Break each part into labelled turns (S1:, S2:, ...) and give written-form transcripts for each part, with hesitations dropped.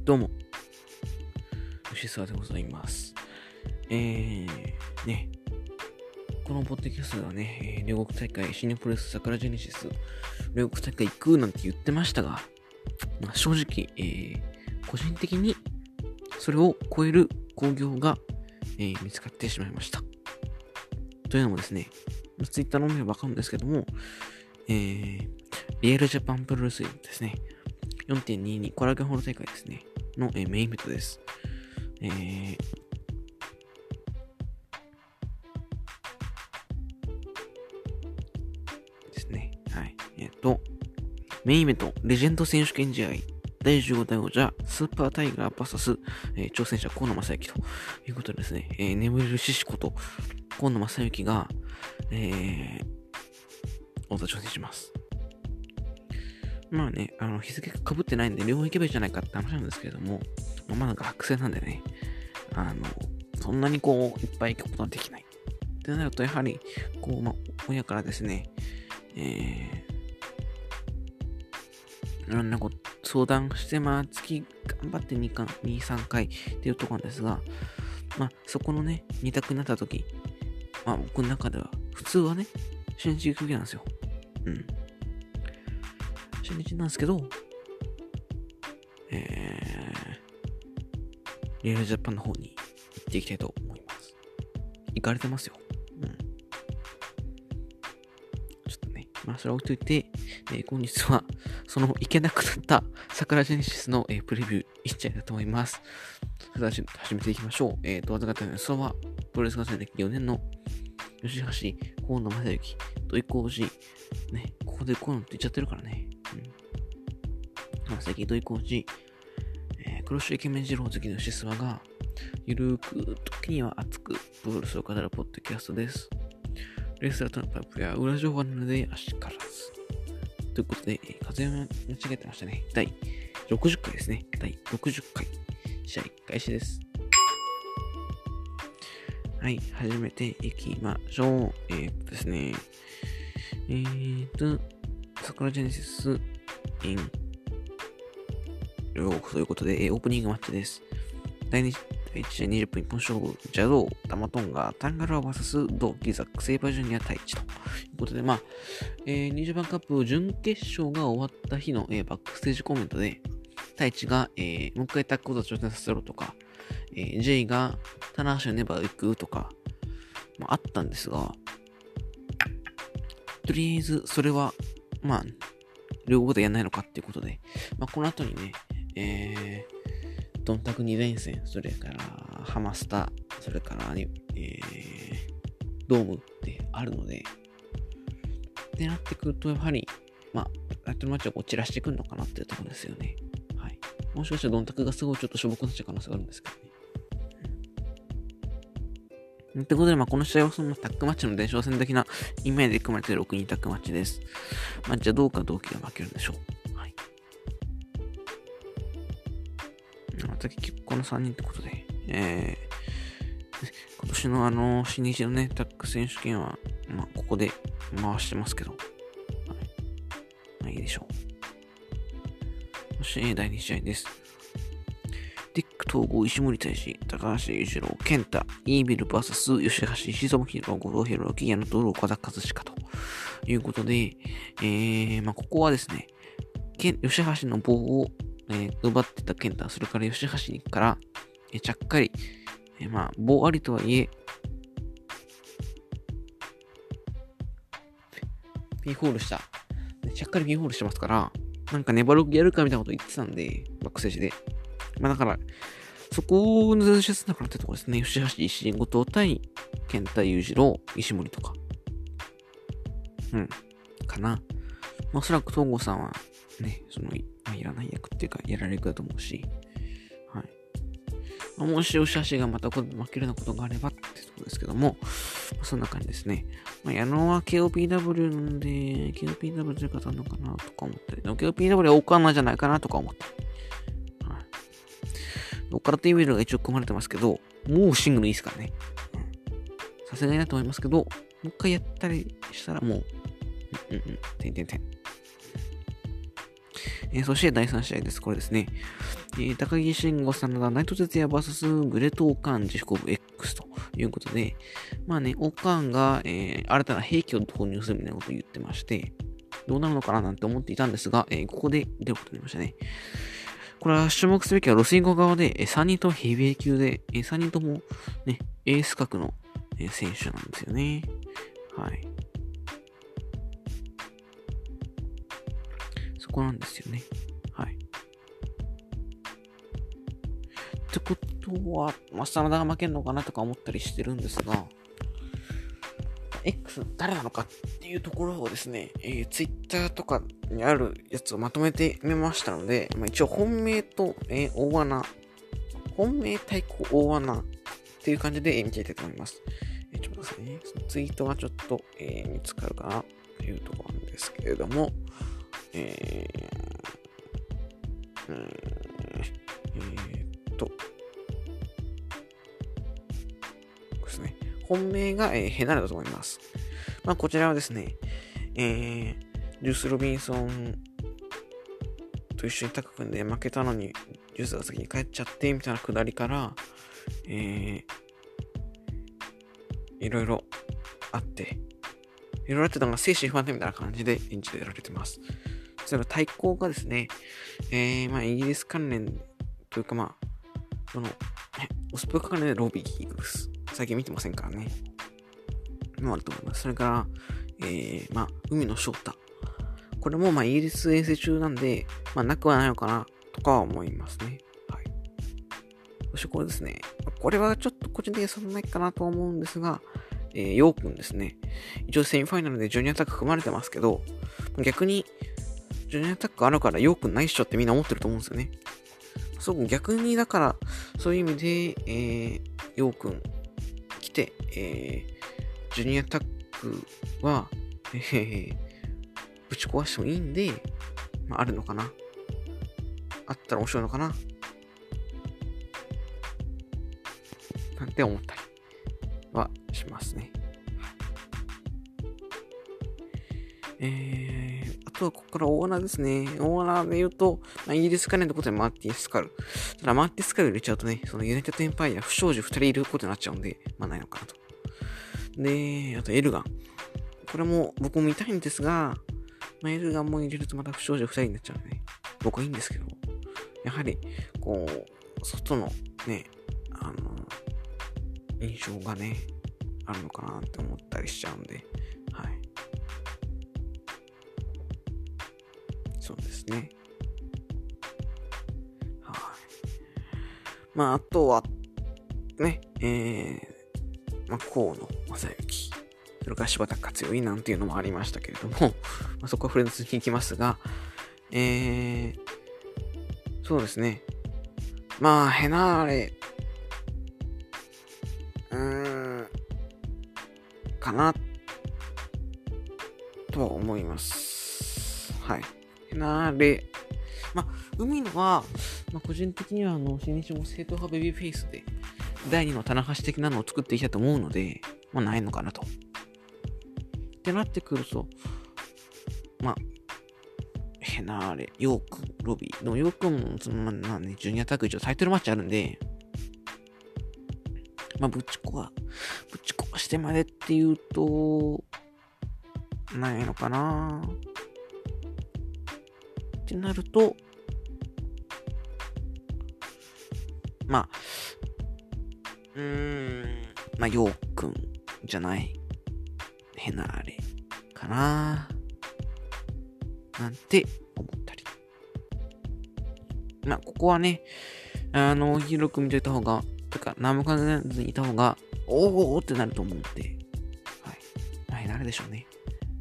S1: どうも、吉沢でございます。このポッドキャストではね、両国大会、シネプレス桜ジェネシス、両国大会行くなんて言ってましたが、正直、個人的にそれを超える興行が、見つかってしまいました。というのもですね、ツイッターの見ればわかるんですけども、リアルジャパンプロレスリングですね、4.22 コラーゲンホール大会ですね、の、メインイベントです。ですね。はい。メインイベント、レジェンド選手権試合、第15代王者、スーパータイガー VS、挑戦者、河野正幸ということでですね、眠れる獅子こと河野正幸が、挑戦します。まあね、日付が被ってないんで、両方行けばいいじゃないかって話なんですけれども、まだ学生なんでね、そんなにいっぱい行くことはできない。ってなると、やはり、親からですね、いろんなこと相談して、月頑張って2、3回っていうところなんですが、そこのね、2択になったとき、僕の中では、普通はね、新日行くべきなんですよ。新日なんですけど、リアルジャパンの方に行っていきたいと思います。行かれてますよ。ちょっとね、それを置いといて、本日は、その行けなくなった桜ジェネシスの、プレビューいっちゃいたいと思います。それでは始めていきましょう。預かったのは、プロレス合戦歴4年の吉橋、河野正幸、土井浩二、ね、ここで河野って言っちゃってるからね。正幸、土井浩二、黒潮イケメン二郎好きの吉沢が、ゆるーく、時には熱く、プロレスを語るポッドキャストです。レースラーとのパイプや裏情報なので足からず。ということで、風間違えてましたね。第60回ですね。第60回。試合開始です。はい、始めていきましょう。ですね。桜ジェネシスインということで、オープニングマッチです。第1試合20分一本勝負、邪道、タマトンガ、タンガラー VS 同期ザック、セイバージュニア、太一ということで、20番カップ準決勝が終わった日の、バックステージコメントで、太一が、もう一回タッグを挑戦させろとか、J が棚橋をネバー行くとか、あったんですが、とりあえずそれは、両方でやんないのかっていうことで、この後にね、ドンタク2連戦、それからハマスタ、それから、ドームってあるので、ってなってくると、やはり、タイトルマッチを散らしてくるのかなっていうところですよね。はい。もしかしたらドンタクがすごいちょっとしょぼくなっちゃう可能性があるんですけどね。ってことで、この試合はそのタッグマッチの伝承戦的な意味で組まれている6人タッグマッチです。じゃあどうか同期が負けるんでしょう。結構この3人ってことで、今年の新日のね、タッグ選手権は、ここで回してますけど、いいでしょう。そして、第2試合です。ディック統合、石森大志、高橋裕次郎、健太、イービル VS 吉橋、石園弘、後藤弘樹、矢野徹、岡田和親ということで、ここはですね、吉橋の棒を奪ってた健太、それから吉橋から、ちゃっかり、棒ありとはいえ、ピンホールした。ちゃっかりピンホールしてますから、粘るやるかみたいなこと言ってたんで、バックステージで。だから、そこの前説だからってところですね。吉橋、石井、後藤対、健太、裕次郎、石森とか。かな。おそらく東郷さんは、ね、いらない役っていうか、やられるだと思うし、はい。もし吉橋がまた負けるようなことがあればってところですけども、そんな感じですね。矢野は KOPW なんで、KOPW で勝たんのかなとか思ったり、KOPW はオカーナじゃないかなとか思ったり。どっからというイメージが一応組まれてますけど、もうシングルいいですからね。さすがになと思いますけど、もう一回やったりしたらもう、そして第3試合です。これですね。 高木慎吾さんが内藤哲也 VS グレトオカーンジェフコブ X ということで、まあね、オカーンが、新たな兵器を導入するみたいなことを言ってまして、どうなるのかななんて思っていたんですが、ここで出ることになりましたね。これは注目すべきはロスインゴ側で、3人ともヘビー級で、3人ともね、エース格の、選手なんですよね。はい。そこなんですよね。はい。ってことは、真田が負けるのかなとか思ったりしてるんですが、X 誰なのかっていうところをですね、Twitter とかにあるやつをまとめてみましたので、一応本命と、大穴、本命対抗大穴っていう感じで見ていきたいと思います。ちょっと待ってくださいね。そのツイートがちょっと、見つかるかなっていうところなんですけれども、ですね。本命が、ヘナルだと思います。まあ、こちらはですね、ジュース・ロビンソンと一緒にタッグ組んで負けたのに、ジュースが先に帰っちゃって、みたいなくだりから、いろいろあって、いろいろあってたのが精神不安定みたいな感じで演じてられてます。それから対抗がですね、まあ、イギリス関連というか、まあ、オスプ関連でロビー・イーグルス。最近見てませんからね。あると思います。それから、まあ、海野翔太。これも、まあ、イギリス遠征中なんで、まあ、なくはないのかな、とかは思いますね。はい。そしてこれですね。これはちょっと個人的にそんなないかなと思うんですが、ヨウくんですね。一応セミファイナルでジュニアタック組まれてますけど、逆に、ジュニアタックあるからヨウくんないっしょってみんな思ってると思うんですよね。そう逆にだからそういう意味で、ヨウくん来て、ジュニアタックは、ぶち壊してもいいんで、まあ、あるのかな。あったら面白いのかな。なんて思ったりはしますね。あとはここからオーナーですね。オーナーで言うと、まあ、イギリス関連のことでマーティスカル。ただマーティスカル入れちゃうとね、そのユナイテッドエンパイア不祥事2人いることになっちゃうんで、まあないのかなと。で、あとエルガン。これも僕も見たいんですが、まあ、エルガンも入れるとまた不祥事2人になっちゃうので、僕はいいんですけど、やはり、こう、外のね、印象がね、あるのかなって思ったりしちゃうんで、はい。そうですね。はい。まあ、あとは、ね、まあ、河野正幸。それから柴田勝頼なんていうのもありましたけれども、まあ、そこは触れずに行きますが、そうですね。まあ、ヘナーレ、かな、とは思います。はい。ヘナーレ、まあ、海野は、まあ、個人的には、新日も正統派ベビーフェイスで、第2の棚橋的なのを作っていきたいと思うので、まあ、ないのかなと。ってなってくると、まあ、ヘナーレ、ヨークン、ロビー。でもヨークンも、まあね、ジュニアタッグ一応タイトルマッチあるんで、まあ、ぶち壊してまでっていうと、ないのかなってなると、まあ、まあ、ヨーくんじゃない、ヘナーレかななんて思ったり。まあ、ここはね、広く見ていた方が、とか、何も考えずにいた方が、おーってなると思うんで、はい。まあ、ヘナーレでしょうね。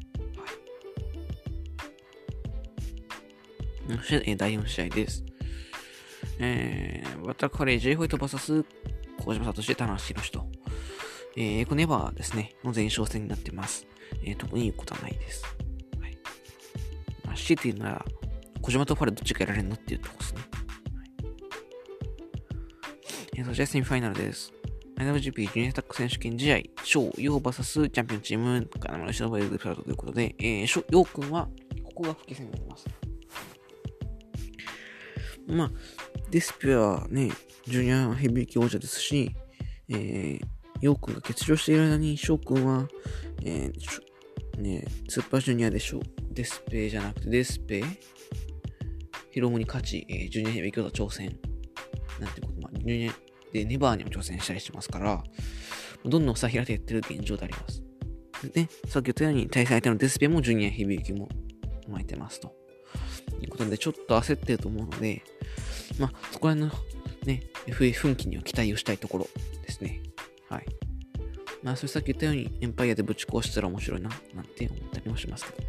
S1: はい。そして、第4試合です。バタカレー J ホイット VS 小島聡棚橋宏と、エコネバーですね、の前哨戦になってます。特に言うことはないです。はい。まあ、強いて言うなら、小島とファレどっちがやられるのっていうとこですね。はい。そしてセミファイナルです。IWGP ジュニアタック選手権試合、翔陽 VS チャンピオンチーム、金丸シノバイルプラトということで、陽くんは、ここが復帰戦になります。まあ、 デスペはね、ジュニアヘビー級王者ですし、ヨウ君が欠場している間に、ショウ君は、スーパージュニアでデスペじゃなくてデスペヒロムに勝ち、ジュニアヘビー級王座挑戦なんてことも、ジュニアでネバーにも挑戦したりしてますから、どんどん差開いてやってる現状であります。でね、さっき言ったように対戦相手のデスペもジュニアヘビー級も巻いてますということで、ちょっと焦ってると思うので、そこら辺のね、FA 奮起には期待をしたいところですね。はい。それさっき言ったように、エンパイアでぶち壊したら面白いな、なんて思ったりもしますけど。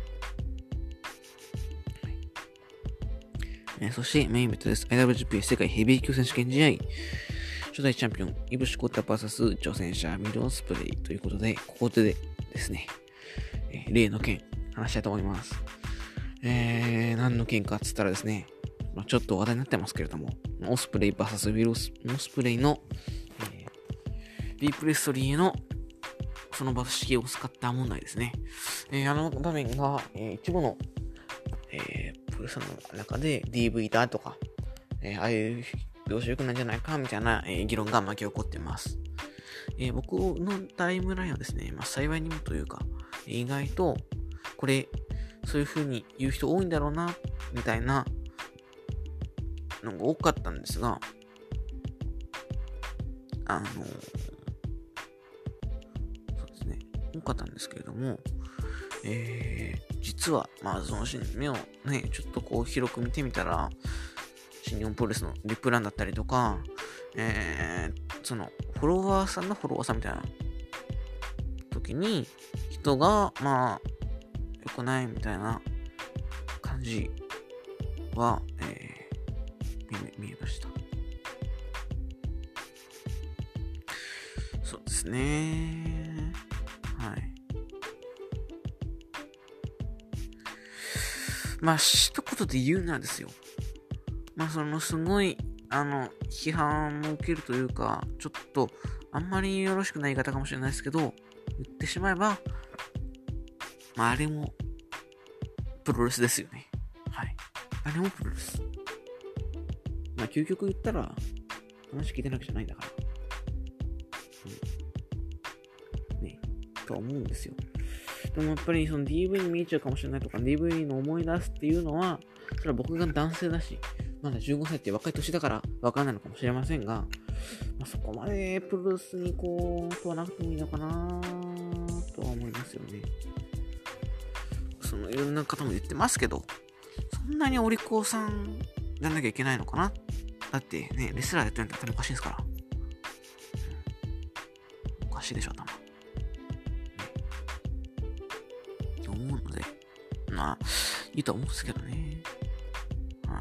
S1: はい。そしてメインイベントです。IWGP 世界ヘビー級選手権試合。初代チャンピオン、イブシコッタ VS 挑戦者、ミルオスプレイということで、ここでですね、例の件、話したいと思います。何の件かっつったらですね、ちょっと話題になってますけれども、オスプレイ VS ウィル・オスプレイの、ビープレストリーのその場式を使った問題ですね。あの場面が、一部の、プロレスの中で DV だとか、ああいう描写良くないんじゃないかみたいな、議論が巻き起こっています。僕のタイムラインはですね、幸いにもというか、意外とこれそういう風に言う人多いんだろうなみたいなのが多かったんですが、そうですね、多かったんですけれども、実はその目をねちょっとこう広く見てみたら、新日本プロレスのリプランだったりとか、そのフォロワーさんのフォロワーさんみたいな時に人が良くないみたいな感じは、見えました。そうですね。はい。一言で言うならですよ。そのすごい批判も受けるというか、ちょっとあんまりよろしくない言い方かもしれないですけど、言ってしまえば、あれもプロレスですよね。はい。あれもプロレス。究極言ったら話聞いてなくじゃないんだから。ね、とは思うんですよ。でもやっぱりその DV に見えちゃうかもしれないとか、DV の思い出すっていうのは、それは僕が男性だし、まだ15歳って若い年だから分かんないのかもしれませんが、そこまでプロレスにこう、問わなくてもいいのかなとは思いますよね。いろんな方も言ってますけど、そんなにお利口さんやんなきゃいけないのかな。だってね、レスラーやってるんだったらおかしいですから。おかしいでしょ、頭。って思うので、いいと思うんですけどね。はい。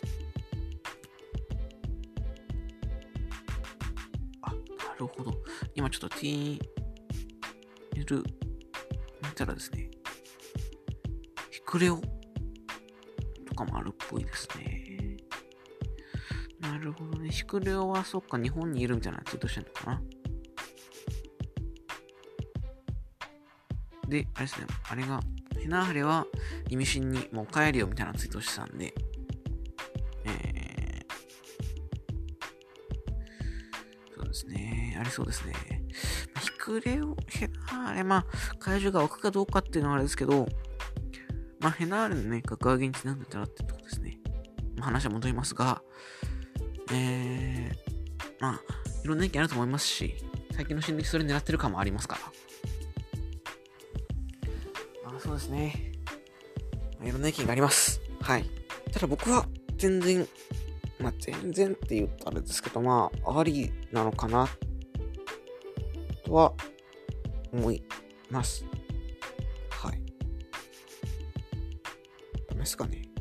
S1: なるほど。今ちょっと TL 見たらですね、ヒクレオとかもあるっぽいですね。なるほどね。ヒクレオはそっか、日本にいるみたいなツイートしてんのかな。で、あれですね、あれが、ヘナーハレは意味深にもう帰るよみたいなツイートしてたんで、そうですね、ありそうですね。ヒクレオ、ヘナーレ、会場が湧くかどうかっていうのはあれですけど、ヘナーレのね、格上げにつなんでたらってとこですね。話は戻りますが、いろんな意見あると思いますし、最近の新力それ狙ってる感もありますから。そうですね。いろんな意見があります。はい。ただ僕は全然って言うとあれですけど、ありなのかなとは思います。はい。ダメですかね。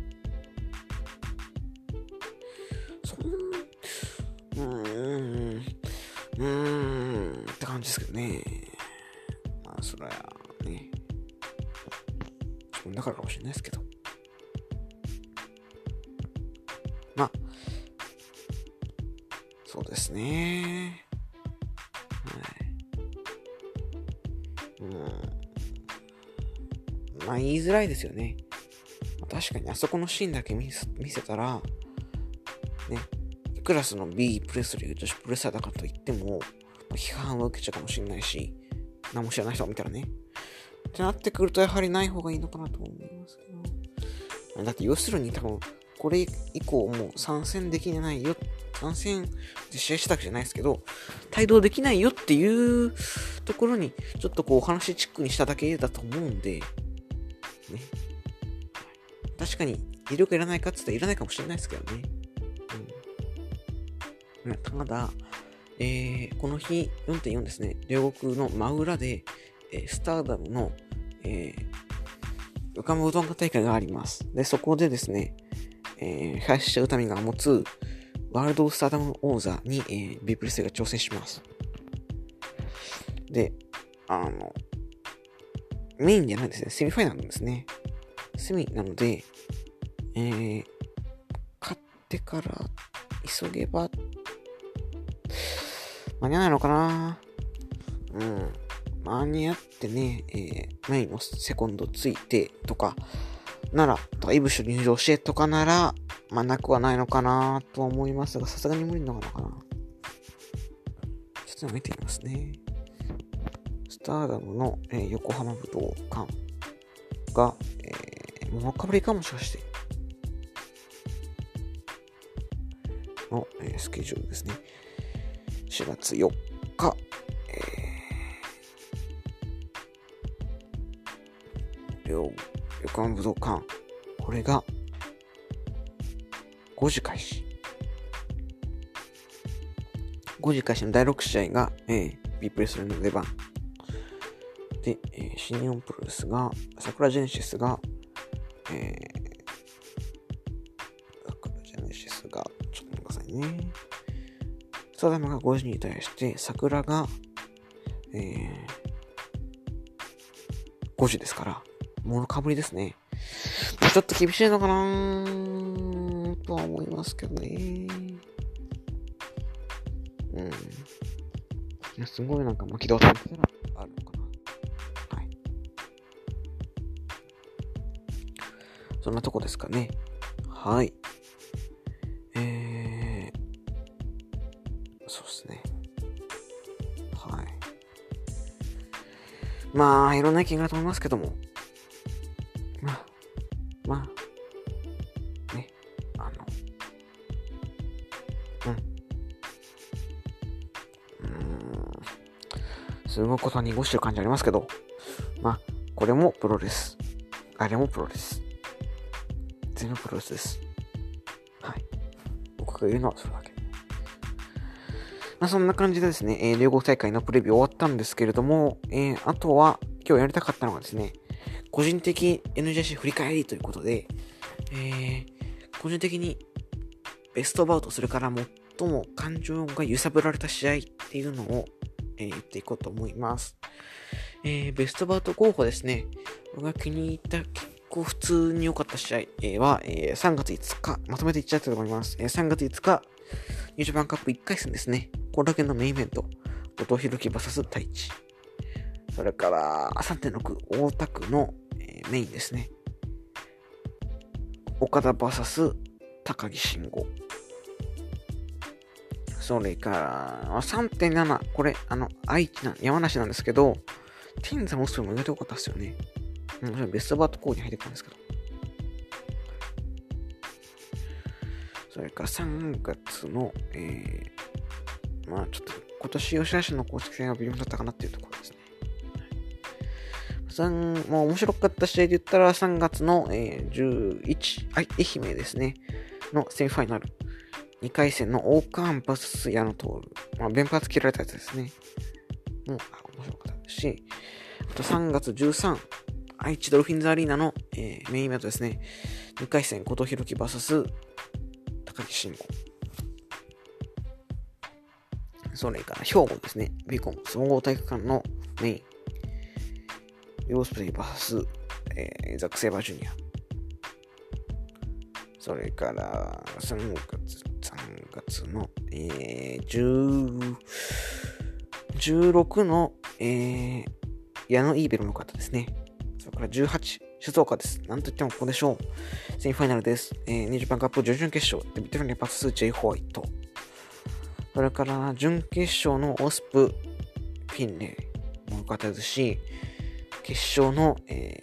S1: って感じですけどね。そりゃね。自分だからかもしれないですけど。そうですね。はい。言いづらいですよね。確かにあそこのシーンだけ見せたら、 ね、いくらその B プレスリーが女子プロレスラーだからといっても、批判は受けちゃうかもしれないし、何も知らない人を見たらね。ってなってくるとやはりない方がいいのかなと思いますけど。だって要するに多分、これ以降もう参戦できないよ。参戦で試合したわけじゃないですけど、帯同できないよっていうところに、ちょっとこうお話チックにしただけだと思うんで、ね。確かに、いるかいらないかって言ったらいらないかもしれないですけどね。ただ、この日 4.4 ですね、両国の真裏で、スターダムの、横浜うどん大会があります。で、そこでですね、林下歌美が持つワールドスターダム王座に、ビープレスが挑戦します。で、メインじゃないですね、セミファイナルなんですね。セミなので、勝ってから急げば、間に合わないのかな。間に合ってね、メインのセコンドついてとかなら、イブシュ入場してとかなら、なくはないのかなと思いますが、さすがに無理なのかな。ちょっと見てみますね。スターダムの、横浜武道館が、もうかぶりかもしかしての、スケジュールですね。4月4日、横浜武道館、これが5時開始。5時開始の第6試合が、ビープレスの出番。で、新日本プロレスが、桜ジェネシスが、ちょっと待ってくださいね。スターダムが5時に対して、桜が、5時ですから、もろかぶりですね。ちょっと厳しいのかなとは思いますけどね。いや、すごいなんか巻き戸渡りしたらあるのかな。はい。そんなとこですかね。はい。そうですね。はい。いろんな意見があると思いますけども。ね。すごいことは濁してる感じありますけど、これもプロレス。あれもプロレス。全部プロレスです。はい。僕が言うのはそれだけ。そんな感じでですね、両国大会のプレビュー終わったんですけれども、あとは今日やりたかったのがですね、個人的 NJC 振り返りということで、個人的にベストバウト、それから最も感情が揺さぶられた試合っていうのを、言っていこうと思います。ベストバウト候補ですね。僕が気に入った結構普通に良かった試合は、3月5日、まとめていっちゃったと思います。3月5日、ニュージャパンカップ1回戦ですね。これだけのメインイベント。後藤弘樹 VS 太一。それから、3.6 大田区の、メインですね。岡田 VS 高木慎吾。それから、3.7、これ、山梨なんですけど、天山オスプレイも意外と良かったですよね。ベストバウトコーに入ってくるんですけど。それから3月の、ちょっと今年吉田市の公式戦は微妙だったかなっていうところですね。面白かった試合で言ったら3月の、11、愛媛ですね、のセミファイナル。2回戦のオーカーン VS 矢野徹。弁髪切られたやつですね。面白かったですし、あと3月13、愛知ドルフィンズアリーナの、メインイベントですね。2回戦、後藤弘樹 VS 高木慎吾。それから兵庫ですね。ビーコン総合体育館のメイン。ヨースプレイ VS、ザック・セイバージュニア。それから3月の、16の、矢野イーベルも良かったですね。それから18、 静岡です。なんといってもここでしょう。セミファイナルです。ニュージャパンカップ準々決勝、デビットロニーパス J ホワイト。それから準決勝のオスプ、フィンレイも良かったですし、決勝の、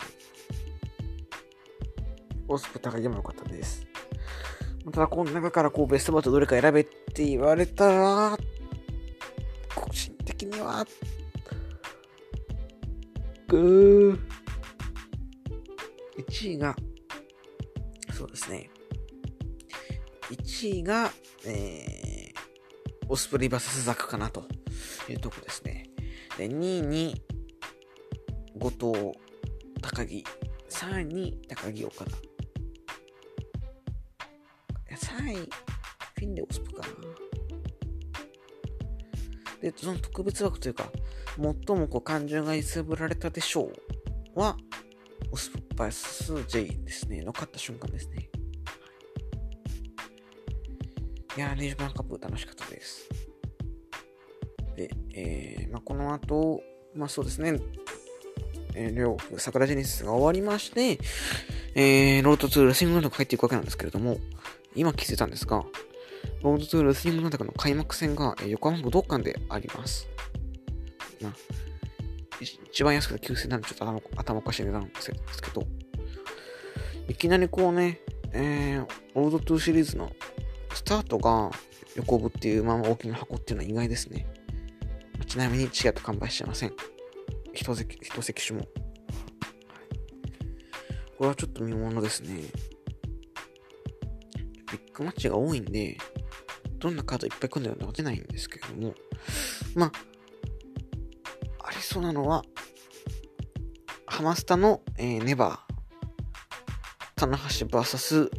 S1: オスプ高木も良かったです。ただこの中からベストバウトどれか選べって言われたら、個人的には1位がそうですね1位が、オスプレイバスザクかなというとこですね。で2位に後藤高木、3位に高木岡田、3位フィンレイオスプかな。でその特別枠というか最も感情が揺さぶられたでしょうはオスプバス J ですねの勝った瞬間ですね。いやー、ニュージャパンカップ楽しかったです。で、この後そうですね、桜ジェネシスが終わりまして、ロードツーレスリングランドが入っていくわけなんですけれども、今気づいたんですが、ロードツーレスリングランドの開幕戦が、横浜武道館であります。一番安くて9000なんでちょっと頭おかしい値段なんですけど、いきなりロード2シリーズのスタートが横部っていう大きな箱っていうのは意外ですね。ちなみにチケット完売してません。一席種も。これはちょっと見ものですね。ビッグマッチが多いんで、どんなカードいっぱい組んでるのか出ないんですけれども、ありそうなのは、ハマスタの、ネバー、棚橋 VS、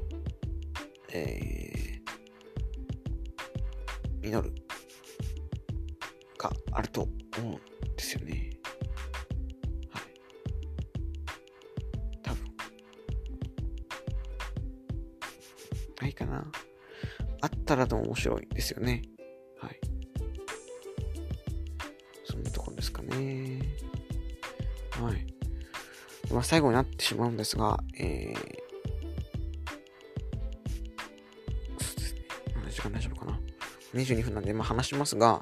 S1: ミノルがあると思うんですよね。はい。多分。ないかな。あったらでも面白いですよね。はい。そんなところですかね。はい。最後になってしまうんですが、そうですね。時間大丈夫かな。22分なんで、話しますが、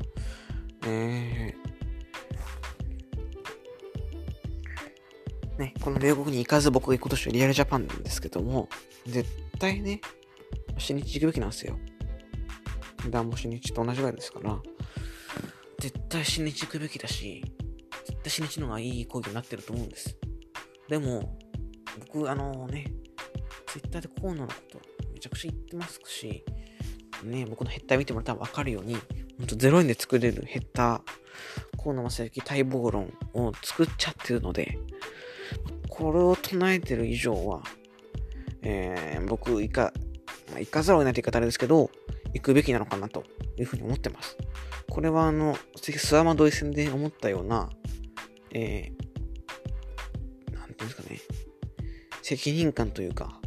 S1: この米国に行かず僕が行くことしてリアルジャパンなんですけども、絶対ね、新日行くべきなんですよ。値段も新日と同じぐらいですから、絶対新日行くべきだし、絶対新日の方がいい講義になってると思うんです。でも、僕、ツイッターで河野のことめちゃくちゃ言ってますし、僕のヘッダー見てもらったら分かるように、0円で作れるヘッダー、河野正幸待望論を作っちゃってるので、これを唱えてる以上は、僕、行かざるを得ないという言い方あれですけど、行くべきなのかなというふうに思ってます。これはスワマドイ戦で思ったような、なんていうんですかね、責任感というか、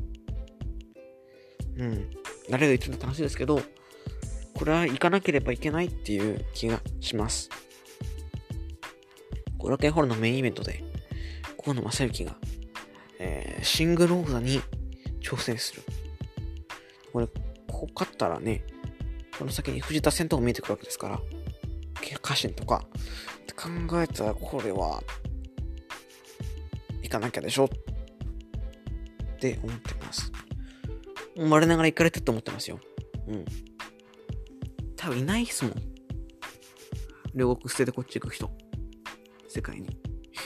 S1: 誰が言っても楽しいですけど、これは行かなければいけないっていう気がします。後楽園ホールのメインイベントで、河野正幸が、シングル王座に挑戦する。ここ勝ったらね、この先に藤田戦とか見えてくるわけですから、家臣とかって考えたら、これは行かなきゃでしょって思ってます。我ながら行かれてると思ってますよ。多分いないっすもん。両国捨ててこっち行く人。世界に。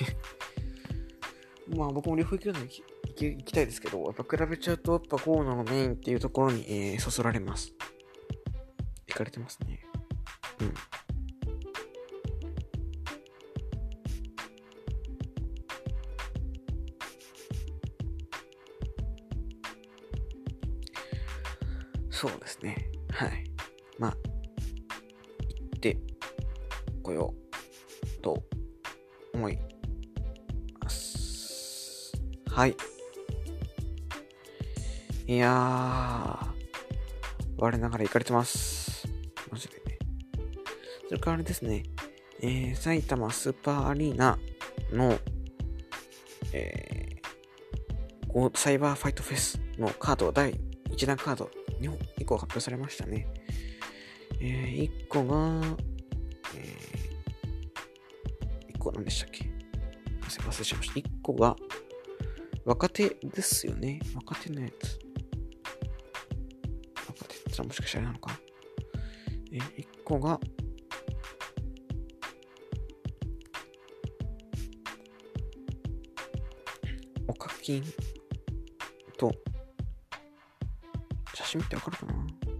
S1: 僕も両方行けるのに行きたいですけど、やっぱ比べちゃうと、河野のメインっていうところに、そそられます。行かれてますね。そうですね。はい。行ってこようと思います。はい。いやー、我ながら行かれてます。マジでね。それからあれですね、埼玉スーパーアリーナの、 サイバーファイトフェスのカード、第1弾カード2個発表されましたね。1個が、1個何でしたっけ？忘れちゃいました。1個が、若手ですよね。若手のやつ。若手ってもしかしたらなのか。1個が、お課金と、写真見てわかるかな？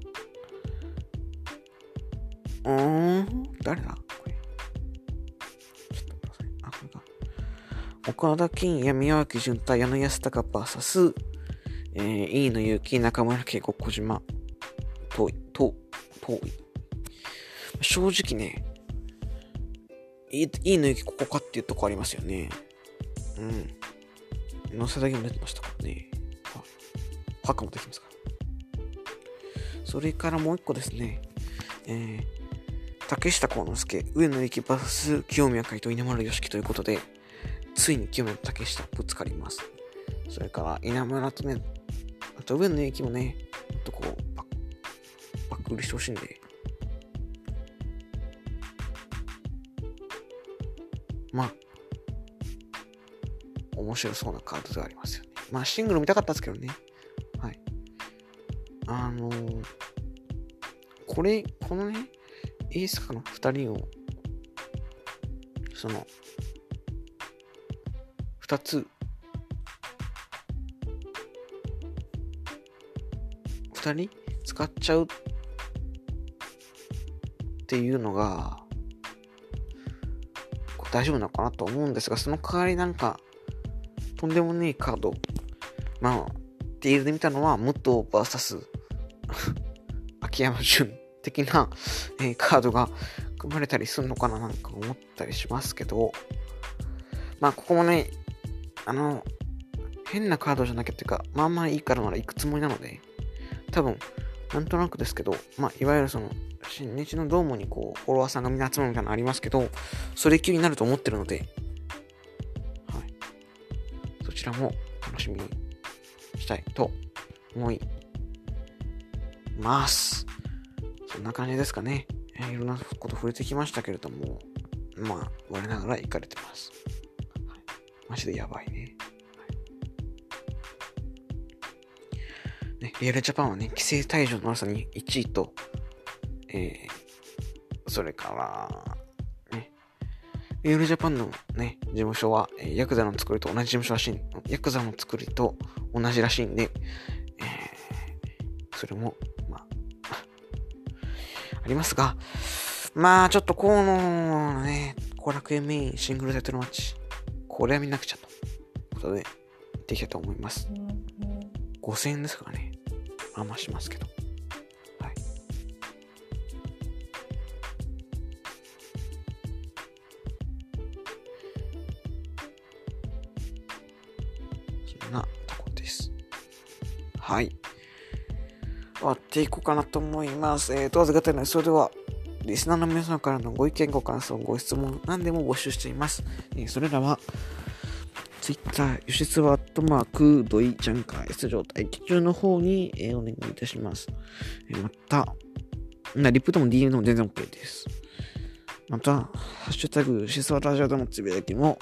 S1: 誰だこれ。ちょっと待ってください。これか。岡田金也、宮脇潤太、矢野安隆 VS、飯野祐希、中村圭吾、小島、遠い。正直ね、飯野祐希ここかっていうとこありますよね。乗せだけも出てましたからね。ハカもできますから。それからもう一個ですね。竹下幸之助、上野由岐 VS 清宮海斗、稲村良樹ということで、ついに清宮と竹下ぶつかります。それから稲村とね、あと上野由岐もね、もっとこう、バック売りしてほしいんで、面白そうなカードではありますよね。シングル見たかったですけどね。はい。このね、エースかの2人を、2つ、2人使っちゃうっていうのが、大丈夫なのかなと思うんですが、その代わりなんか、とんでもねえカード。ディールで見たのは、武藤 VS 秋山純的な、カードが組まれたりするのかななんか思ったりしますけど、ここもね、変なカードじゃなきゃっていうか、いいからなら行くつもりなので、多分、なんとなくですけど、いわゆる新日のドームにこう、フォロワーさんがみんな集まるみたいなのありますけど、それ級になると思ってるので、そちらも楽しみにしたいと思います。そんな感じですかね。いろんなこと触れてきましたけれども、我ながら行かれてます。マジでやばいね。リアルジャパンはね、規制退場の悪さに1位と、それから、リアルジャパンのね、事務所は、ヤクザの作りと同じ事務所らしい、ヤクザの作りと同じらしいんで、それも、ありますが、ちょっと河野ね、後楽園メインシングルタイトルマッチ、これは見なくちゃということで、行っていきたいと思います。5000円ですからね。しますけど。はい。そんなとこです。はい。終わっていこうかなと思います。問わずがたいので、それでは、リスナーの皆さんからのご意見、ご感想、ご質問、何でも募集しています。それらは、Twitter、吉津はドイジャンカー S 状態期中の方に、お願いいたします。また、リプでも DM でも全然 OK です。また、ハッシュタグ、吉津はラジオでのつぶやきも、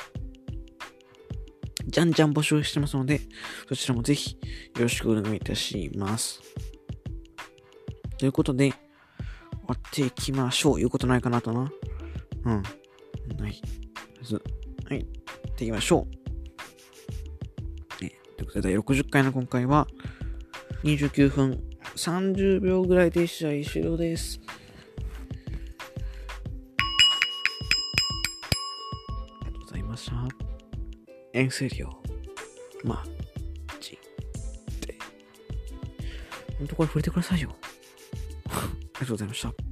S1: じゃんじゃん募集してますので、そちらもぜひよろしくお願いいたします。ということで、終わっていきましょう。言うことないかなとな。はい。はい。っていきましょう。ということで、第60回の今回は、29分30秒ぐらいで試合終了です。ありがとうございました。エンセリオ。ほんとこれ触れてくださいよ。ありがとうございました。